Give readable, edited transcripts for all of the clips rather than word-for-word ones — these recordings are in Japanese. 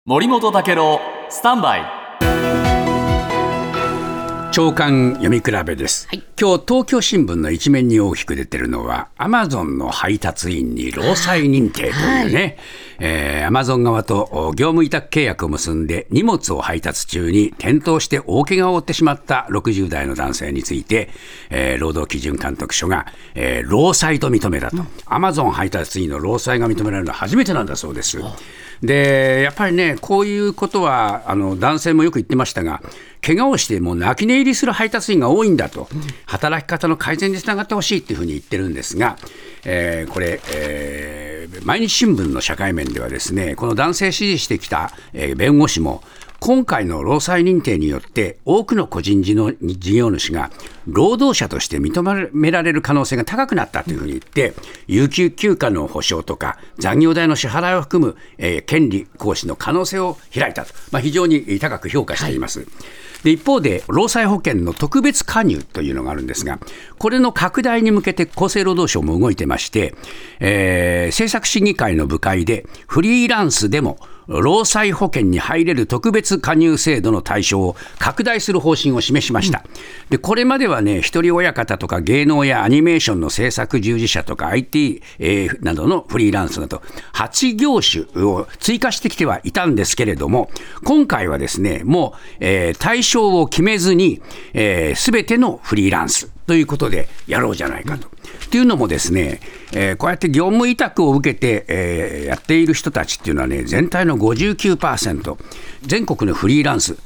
森本武郎スタンバイ朝刊読み比べです、今日東京新聞の一面に大きく出てるのはアマゾンの配達員に労災認定というね、アマゾン側と業務委託契約を結んで荷物を配達中に転倒して大怪我を負ってしまった60代の男性について、労働基準監督署が、労災と認めたと、アマゾン配達員の労災が認められるのは初めてなんだそうです。でやっぱりね、こういうことは男性もよく言ってましたが、怪我をしてもう泣き寝入りする配達員が多いんだと、働き方の改善につながってほしいというふうに言ってるんですが、これ、毎日新聞の社会面ではですね、この男性支持してきた、弁護士も今回の労災認定によって多くの個人事業主が労働者として認められる可能性が高くなったというふうに言って、有給休暇の保障とか残業代の支払いを含む、権利行使の可能性を開いたと、非常に高く評価しています。で一方で労災保険の特別加入というのがあるんですが、これの拡大に向けて厚生労働省も動いてまして、政策審議会の部会でフリーランスでも労災保険に入れる特別加入制度の対象を拡大する方針を示しました。でこれまではね、一人親方とか芸能やアニメーションの制作従事者とか IT、などのフリーランスなど8業種を追加してきてはいたんですけれども、今回はですね、もう、対象を決めずに、すべてのフリーランスということでやろうじゃないかと。というのもですね、こうやって業務委託を受けて、やっている人たちっていうのはね、全体の 59%、全国のフリーランス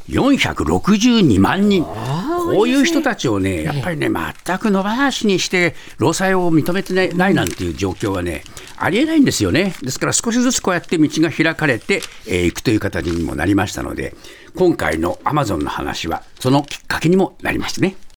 462万人、こういう人たちをね、やっぱりね、全く野放しにして労災を認めてないなんていう状況はね、ありえないんですよね。ですから少しずつこうやって道が開かれていくという形にもなりましたので、今回のアマゾンの話はそのきっかけにもなりますね。